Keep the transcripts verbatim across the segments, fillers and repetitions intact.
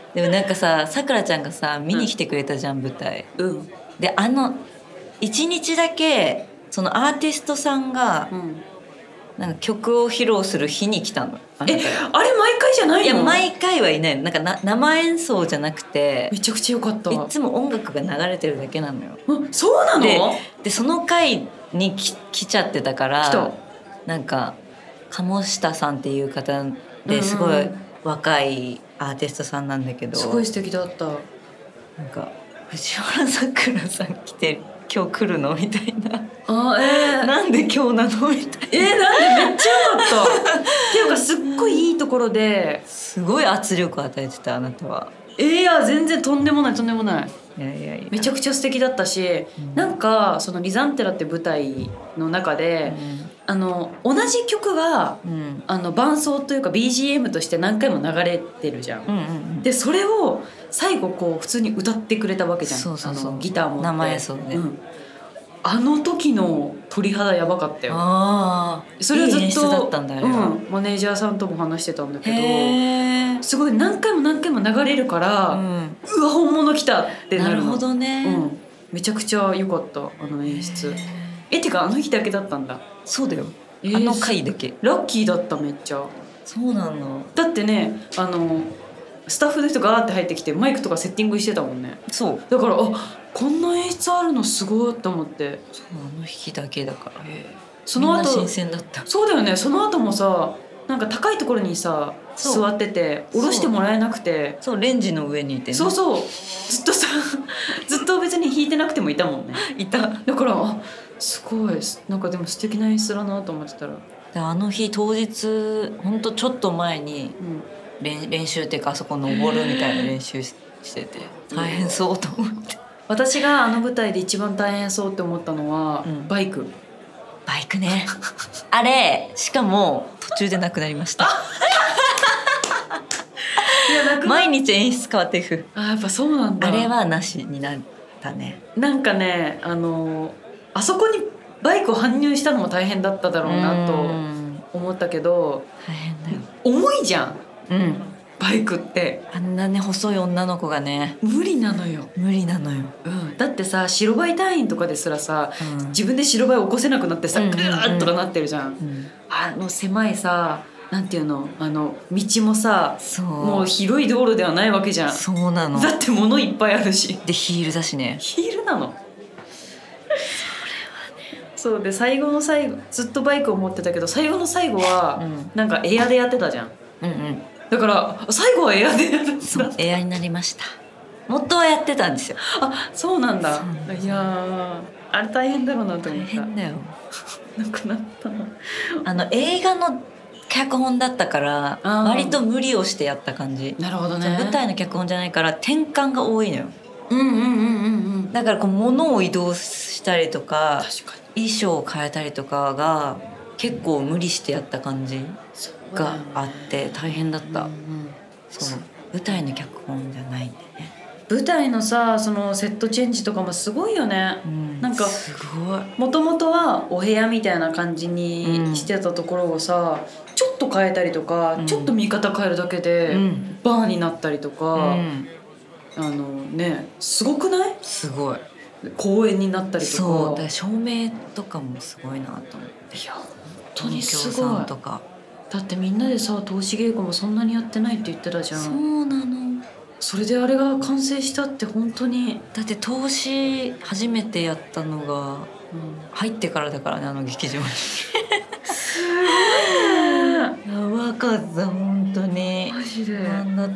でもなんかさ、さくらちゃんがさ見に来てくれたじゃん、舞台。 うんであの一日だけそのアーティストさんがうんなんか曲を披露する日に来たの。あなえたがあれ毎回じゃないの？ いや毎回はいないの。なんかな生演奏じゃなくてめちゃくちゃ良かった。 いつも音楽が流れてるだけなのよ。 あそうなの？ ででその回にき来ちゃってたか来たらなんか鴨下さんっていう方ですごいうんうんうん若いアーティストさんなんだけど、 すごい素敵だった。 なんか藤原さくらさん来て今日来るのみたいな。 あえー、 なんで今日なのみたいな。 えー、なんでめっちゃ良かったっていうかすっごいいいところですごい圧力を与えてたあなたは。 えー、いや全然とんでもないとんでもない。 いやいやいやめちゃくちゃ素敵だったし、 うん、 なんかそのリザンテラって舞台の中で、あの同じ曲がうんうんあの伴奏というか ビージーエム として何回も流れてるじゃん、 うんうんうん、 でそれを最後こう普通に歌ってくれたわけじゃん。 そうそうそう、 あのギター持って生演奏ね、 うん、あの時の鳥肌やばかったよ。 あそれをずっといい演出だったんだあれは、 うん、マネージャーさんとも話してたんだけへーど、すごい何回も何回も流れるから、 ううん、うわ本物来たってなるの。 なるほどね、 うん、めちゃくちゃ良かったあの演出。えてかあの日だけだったんだ。 そうだよ、 えーあの回だけ。 ラッキーだっためっちゃ。 そうなの。 だってねあのスタッフの人がーって入ってきてマイクとかセッティングしてたもんね。 そうだからあこんな演出あるのすごいと思って。 そうあの日だけだから、 その後みんな新鮮だった。 そうだよね。その後もさなんか高いところにさそう座ってて下ろしてもらえなくて、 そうレンジの上にいてね。 そうそうずっとさずっと別に弾いてなくてもいたもんね。 いた。 だからあすごいなんかでも素敵な演出だなと思ってたら、 であの日当日ほんとちょっと前にうん練練習っていうかあそこ登るみたいな練習ししてて大変そうと思って私があの舞台で一番大変そうって思ったのは、うん、バイクバイクねあれしかも途中でなくなりましたいやなくな毎日演出変わっていく。 あやっぱそうなんだ。 あれはなしになったね。 なんかねあのあそこにバイクを搬入したのも大変だっただろうなと思ったけど、 大変だよ。 重いじゃん、 うん、 バイクってあんなね細い女の子がね無理なのよ。 無理なのよ、 うん、だってさ白バイ隊員とかですらさ、うん、自分で白バイ起こせなくなってさ、うんうんうん、グワーッとかなってるじゃん、うん、あの狭いさなんていうのあの道もさもう広い道路ではないわけじゃん。 そうなの。 だって物いっぱいあるしでヒールだしね。 ヒールなのそうで最後の最後ずっとバイクを持ってたけど最後の最後は、うん、なんかエアでやってたじゃん、うんうん、だから最後はエアでやるんだ。 そうエアになりました。元はやってたんですよ。 あそうなんだ。いやあれ大変だろうなと思った。 大変だよなくなったな。 あの映画の脚本だったから割と無理をしてやった感じ。 なるほどね。 舞台の脚本じゃないから転換が多いのよ。 うんうんうんうんうんだからこう物を移動したりとか確か衣装を変えたりとかが結構無理してやった感じがあって大変だった、うんうん、そう舞台の脚本じゃないんでね。 舞台のさそのセットチェンジとかもすごいよね、うん、なんかすごいもともとはお部屋みたいな感じにしてたところをさ、うん、ちょっと変えたりとか、うん、ちょっと見方変えるだけで、うん、バーになったりとか、うん、あのねすごくない？ すごい公園になったりとか。 そうだから照明とかもすごいなと思って。 いや本当にすごい。 東京さんとかだってみんなでさ通し稽古もそんなにやってないって言ってたじゃん。 そうなの。 それであれが完成したって本当に。 だって投資初めてやったのが、うん、入ってからだからねあの劇場にすごいやばかった本当に。 マジで不安だった。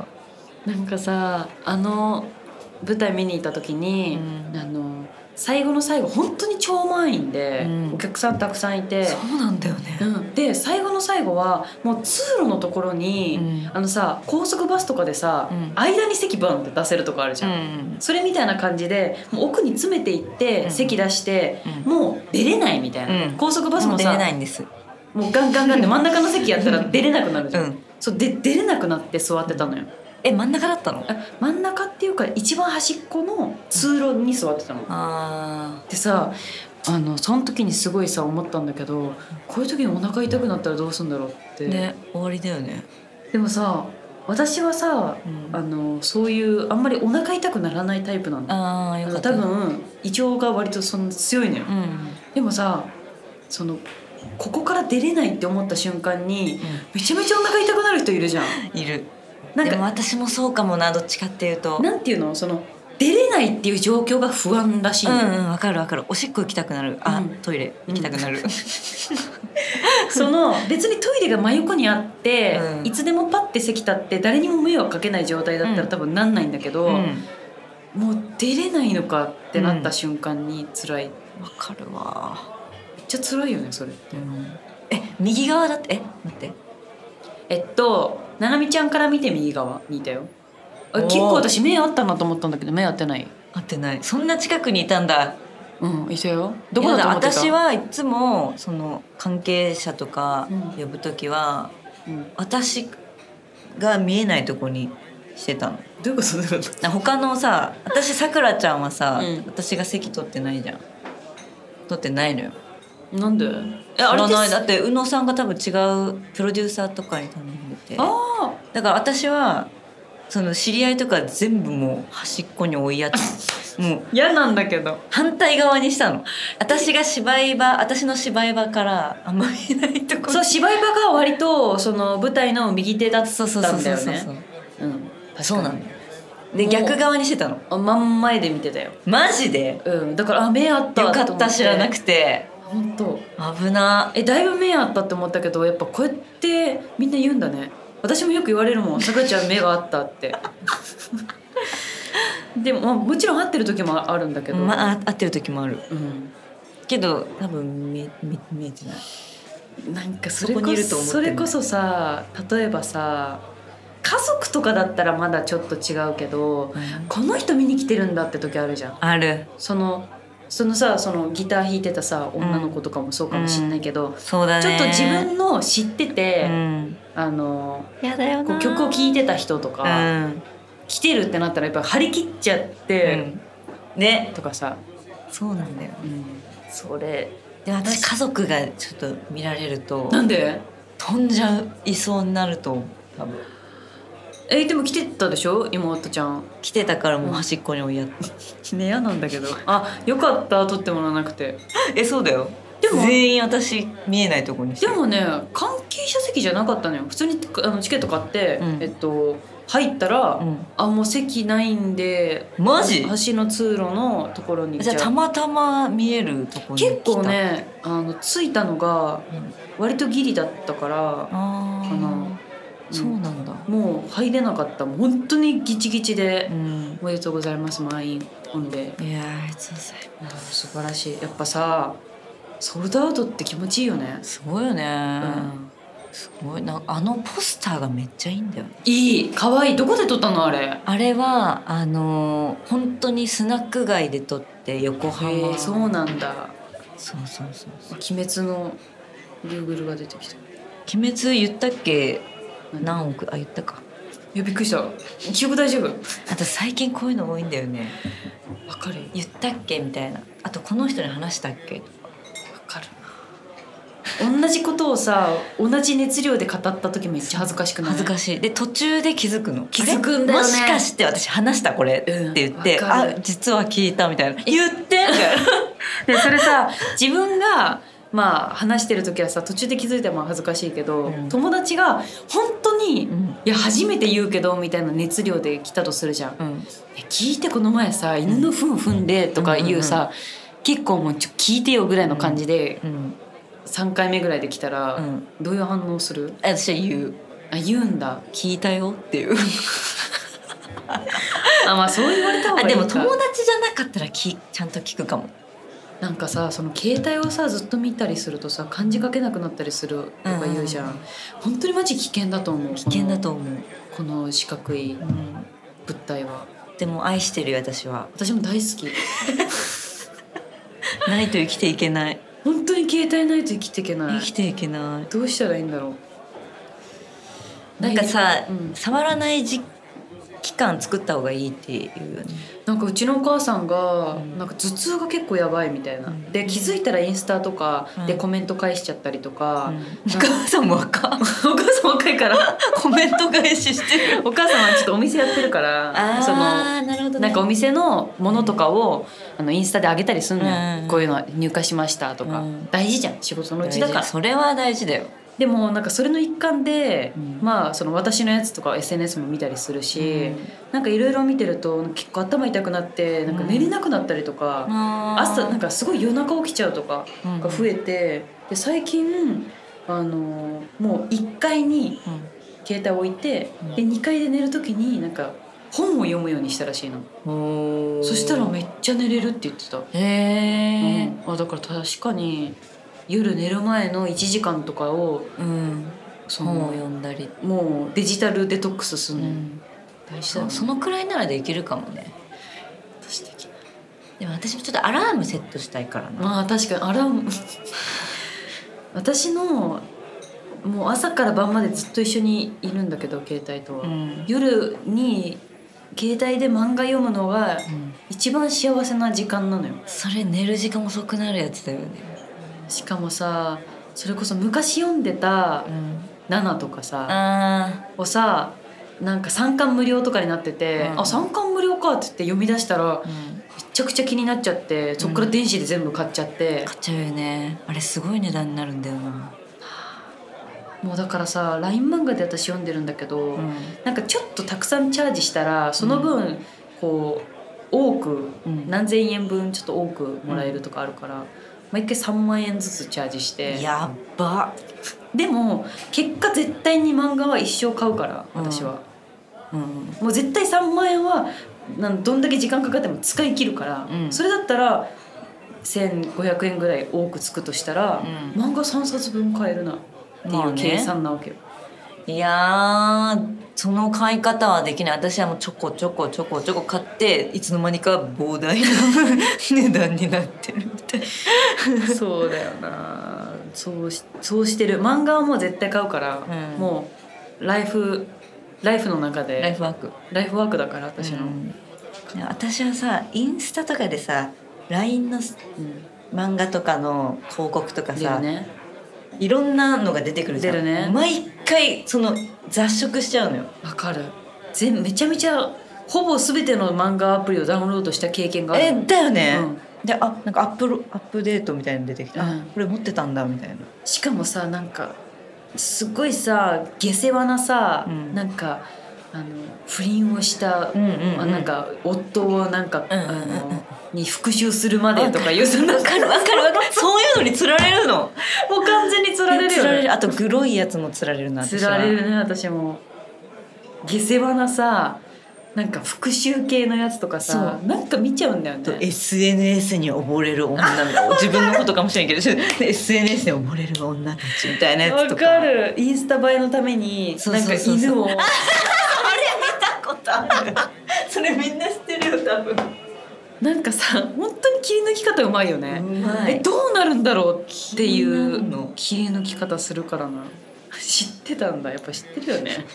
なんかさあの舞台見に行った時に、うん、あの最後の最後本当に超満員で、うん、お客さんたくさんいて。 そうなんだよね、 うん、で最後の最後はもう通路のところに、うん、あのさ高速バスとかでさ、うん、間に席バンって出せるとこあるじゃん、うん、それみたいな感じでもう奥に詰めていって、うん、席出して、うん、もう出れないみたいな、うん、高速バスもさもう出れないんです。 もうガンガンガンで真ん中の席やったら出れなくなるじゃん、うん、そうで出れなくなって座ってたのよ。 え真ん中だったの？ 真ん中っていうか一番端っこの通路に座ってたの、うん、あでさあのその時にすごいさ思ったんだけどこういう時にお腹痛くなったらどうするんだろうってね終わりだよね。 でもさ私はさ、うん、あのそういうあんまりお腹痛くならないタイプなの。 あよかった。 多分胃腸が割とそんな強いのよ、うん、でもさそのここから出れないって思った瞬間に、うん、めちゃめちゃお腹痛くなる人いるじゃん。 いる。なんかでも私もそうかもな、どっちかっていうと。 なんていうの、その出れないっていう状況が不安らしいの。 うんうん、わかるわかる。おしっこ行きたくなる。あ、うん、トイレ行きたくなる。うん、 その別にトイレが真横にあって、うん、いつでもパッて席立って誰にも迷惑かけない状態だったら多分なんないんだけど、うん、もう出れないのかってなった瞬間に辛い。 わ、うん、かるわ。 めっちゃ辛いよねそれって、うん、 え右側だって。え待ってえっとななみちゃんから見て右側にいたよ。結構私目あったなと思ったんだけど目合ってない。 合ってない。そんな近くにいたんだ。 うんいたよ。どこだと思ってた？ 私はいつもその関係者とか呼ぶときは、うん、私が見えないとこにしてたの。 どういうことどういうこと？ 他のさ、私さくらちゃんはさ、うん、私が席取ってないじゃん。取ってないのよ。 なんで？ えあれだって宇野さんが多分違うプロデューサーとかに頼んでて。あだから私はその知り合いとか全部もう端っこに追いやってもう嫌なんだけど反対側にしたの。私が芝居場私の芝居場からあんま見えないところ。 そう芝居場が割とその舞台の右手だったんだよね。そうそうそうそう、 うん、そうなの。で逆側にしてたの。 真ん前で見てたよ。 マジで？ うん、だからあ目あったよかった知らなくて。 本当危な。 えだいぶ目あったって思ったけどやっぱこうやってみんな言うんだね。私もよく言われるもん、さくらちゃん目があったってでも、まあ、もちろん合ってる時もあるんだけど、 まあ、合ってる時もある、うん、けど多分見え、見えてない。 なんかそれこ そ, それこそさ例えばさ家族とかだったらまだちょっと違うけど、うん、この人見に来てるんだって時あるじゃん。 ある。 そのそのさそのギター弾いてたさ女の子とかもそうかもしんないけど、うん、 そうだね、 ちょっと自分の知ってて、うん、あのやだよな、 こう曲を聴いてた人とか、うん、来てるってなったらやっぱ張り切っちゃって、うん、ねとかさ。 そうなんだよ、うん、それで私家族がちょっと見られるとなんで飛んじゃいそうになると多分。 えでも来てたでしょ妹ちゃん。 来てたからもう端っこに追いやって、 うん、ね嫌なんだけどあよかった撮ってもらわなくて。 えそうだよ。でも全員私見えないとこにして。 でもね関係者席じゃなかったのよ。普通にあのチケット買って、うん、えっと入ったら、うん、あもう席ないんでマジ橋の通路のところに。 じゃあたまたま見えるところに来た。 結構ねあの着いたのが割とギリだったから、うん、かな。 そうなんだ。 もう入れなかった。もう本当にギチギチで、うん、おめでとうございます満員ほんで。いやありがとうございます。 素晴らしい。やっぱさソールドアウトって気持ちいいよね。 すごいよね、うん、すごいな。あのポスターがめっちゃいいんだよね。 いい可愛い。どこで撮ったのあれ。 あれはあの本当にスナック街で撮って横浜。へえそうなんだ。 そうそうそうそう。 鬼滅の Google が出てきた。 鬼滅言ったっけ。何億あ言ったか。 いやびっくりした。記憶大丈夫？ あと最近こういうの多いんだよね。 わかる。 言ったっけみたいな。あとこの人に話したっけとか。 わかるな。同じことをさ同じ熱量で語った時めっちゃ恥ずかしくない？ 恥ずかしい。で途中で気づくの。 気づくんだよね。 もしかして私話したこれって言って、うん、あ実は聞いたみたいな。言ってみたいな。 でそれさ自分がまあ話してる時はさ途中で気づいても恥ずかしいけど、うん、友達が本当に、うん、いや初めて言うけどみたいな熱量で来たとするじゃん、うん、聞いてこの前さ犬の糞踏んでとかいうさ、うんうんうん、結構もうちょ聞いてよぐらいの感じで、うんうん、さんかいめぐらいで来たら、うん、どういう反応する？ 私は言う。 あ言うんだ。 聞いたよっていうあまあそう言われた方がいいか。 あでも友達じゃなかったらきちゃんと聞くかも。 なんかさその携帯をさずっと見たりするとさ漢字書けなくなったりするとか言うじゃん、うんうんうん、本当にマジ危険だと思う。 危険だと思うこの四角い物体は、 うん、でも愛してるよ私は。 私も大好きないと生きていけない。 本当に携帯ないと生きていけない。 生きていけない。 どうしたらいいんだろう。 なんかさ、うん、触らない時期間作った方がいいっていうよね。 なんかうちのお母さんが、 うん、 なんか頭痛が結構やばいみたいな、 うん、 で気づいたらインスタとかでコメント返しちゃったりとか、 うん、お母さんも若いお母さん若いからコメント返ししてるお母さんはちょっとお店やってるからそのなるほど、ね、 なんかお店のものとかを、うん、あのインスタで上げたりすんのよ、うん、こういうの入荷しましたとか、うん、大事じゃん仕事のうちだから。 それは大事だよ。 でもなんかそれの一環で、うん、まあその私のやつとか エスエヌエス も見たりするし、うん、なんかいろいろ見てると結構頭痛くなってなんか寝れなくなったりとか、うん、朝なんかすごい夜中起きちゃうとかが増えて、で最近あのもういっかいに携帯置いて、うん、でにかいで寝る時になんか本を読むようにしたらしいの。そしたらめっちゃ寝れるって言ってた。へー、うん、あだから確かに夜寝る前のいちじかんとかを、 うん、その本を読んだりもうデジタルデトックスするの、うん、 大事だね。そのくらいならできるかもね。私的にでも私もちょっとアラームセットしたいからな。 まあ確かにアラーム私のもう朝から晩までずっと一緒にいるんだけど携帯とは、うん、夜に携帯で漫画読むのが一番幸せな時間なのよ、うん、 それ寝る時間遅くなるやつだよね。 しかもさそれこそ昔読んでたナナとかさ、うん、をさなんかさんかん無料とかになってて、うん、あさんかん無料かって言って読み出したら、うん、めちゃくちゃ気になっちゃってそっから電子で全部買っちゃって、うん、 買っちゃうよね。あれすごい値段になるんだよな。 もうだからさ ライン 漫画で私読んでるんだけど、うん、なんかちょっとたくさんチャージしたらその分こう多く、うん、何千円分ちょっと多くもらえるとかあるから、うん毎回さんまんえんずつチャージしてやっば。 でも結果絶対に漫画は一生買うから私は、うんうん、もう絶対さんまんえんはなんどんだけ時間かかっても使い切るから、うん、それだったらせんごひゃくえんぐらい多くつくとしたら、うん、漫画さんさつぶん買えるなっていう計算なわけよ、まあね、いやその買い方はできない。私はもうちょこちょこちょこちょこ買っていつの間にか膨大な値段になってるみたいなそうだよな。そうし、そうしてる。漫画はもう絶対買うから、うん、もうライフライフの中でライフワークライフワークだから私の、うん、 私はさインスタとかでさ ライン の、うん、漫画とかの広告とかさ、ね、いろんなのが出てくるじゃん。 出るね。 毎回その雑食しちゃうのよ。 わかる。全めちゃめちゃほぼ全ての漫画アプリをダウンロードした経験がある。 えだよね、うん、であなんかアップアップデートみたいなの出てきて、うん、これ持ってたんだみたいな。 しかもさなんかすごいさ下世話なさ、うん、なんかあの不倫をした、うんうんうん、なんか夫をなんか、うんうんうん、あのに復讐するまでとかいうそんな分かる分かる分かるそういうのに釣られるのもう完全に釣られるよね。 釣られる。あとグロいやつも釣られるな。 釣られるね。私も下世話なさなんか復讐系のやつとかさなんか見ちゃうんだよね。 エスエヌエス に溺れる女みたいな自分のことかもしれんけどエスエヌエス に溺れる女たちみたいなやつとか。 わかる。インスタ映えのためになんか犬をあれ見たことあるそれみんな知ってるよ多分。 なんかさ本当に切り抜き方うまいよね。うまい。えどうなるんだろうっていう切り抜き方するからな。知ってたんだ。やっぱ知ってるよね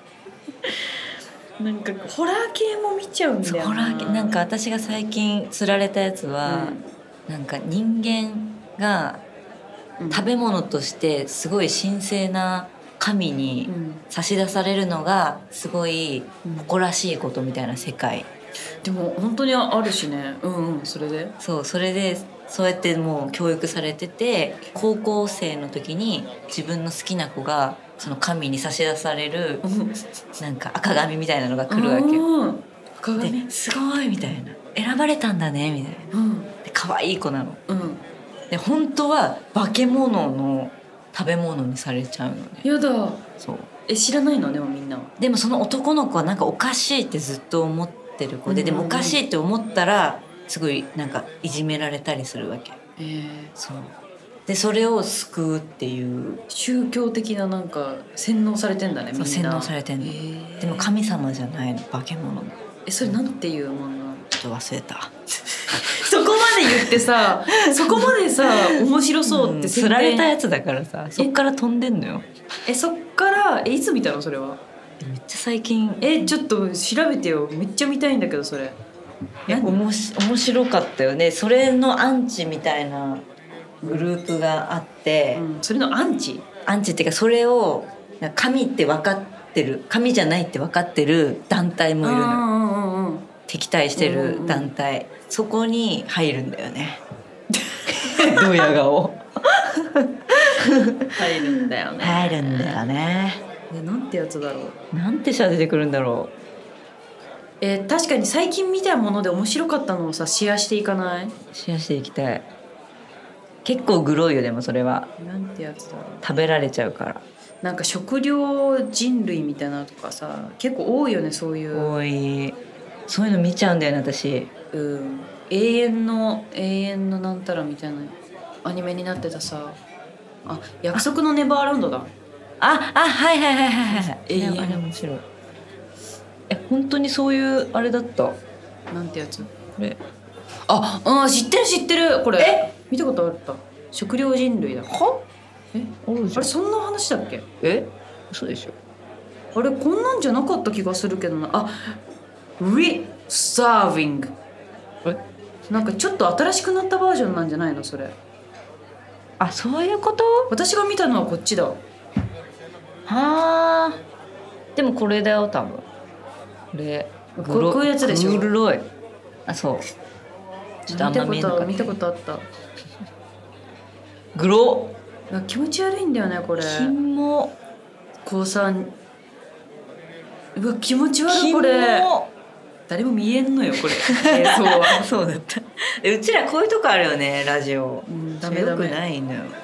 なんかホラー系も見ちゃうんだよな。 ホラー系なんか私が最近釣られたやつは、うん、なんか人間が食べ物としてすごい神聖な神に差し出されるのがすごい誇らしいことみたいな世界、 うん、でも本当にあるしね。うんうん。それでそうそれでそうやってもう教育されてて高校生の時に自分の好きな子がその神に差し出されるなんか赤紙みたいなのが来るわけよ。赤紙ですごいみたいな選ばれたんだねみたいな、うん、で可愛い子なの、うん、で本当は化け物の食べ物にされちゃうのね。 やだ。 そうえ知らないのでもみんなは。 でもその男の子はなんかおかしいってずっと思ってる子で、うん、でもおかしいって思ったらすごいなんかいじめられたりするわけ、えー、そうでそれを救うっていう宗教的ななんか洗脳されてんだねみんな。 洗脳されてんの、えー、でも神様じゃないの化け物の。 えそれなんていうものなの。 ちょっと忘れたそこまで言ってさそこまでさ面白そうって釣られたやつだからさそっから飛んでんのよ。 えそっからえいつ見たのそれは。 めっちゃ最近えちょっと調べてよ、めっちゃ見たいんだけどそれ。 えおもし面白かったよね。それのアンチみたいなグループがあって、 うん、それのアンチアンチっていうかそれを神って分かってる、神じゃないって分かってる団体もいるの、 うんうんうん、 敵対してる団体、うんうん、そこに入るんだよねドヤ顔入るんだよね入るんだよね。 でなんてやつだろう、なんてシャ出てくるんだろう。 えー、確かに最近見たもので面白かったのをさシェアしていかない？ シェアしていきたい。結構グロいよ。でもそれはなんてやつだろう。 食べられちゃうから。 なんか食料人類みたいなのとかさ結構多いよね、そういう。 多い。そういうの見ちゃうんだよね私。 うん。永遠の永遠のなんたらみたいなアニメになってたさ。あ、約束のネバーランドだ。 ああ、はいはいはいはいはい。 永遠。 あれ面白い。え、本当にそういうあれだった。 なんてやつ？ これ。 あ、うん、知ってる知ってるこれ。え、見たことあった。食料人類だ。 は？ え、あれそんな話だっけ？ え、嘘でしょ。 あれこんなんじゃなかった気がするけどな。あ、Re Starving。 え、 なんかちょっと新しくなったバージョンなんじゃないのそれ。 あ、そういうこと？ 私が見たのはこっちだ。はあ。でもこれだよ多分。これここういうやつでしょ。 グロい。あ、そう。ちょっとあんま見えなかった。 見たことあった。 グロ。 気持ち悪いんだよねこれ。 キモ。 こうさ、うわ気持ち悪いこれ。誰も見えんのよこれ。映像は。 そうだった。うちらこういうとこあるよねラジオ。 うん、ダメダメ。 よくないのよ。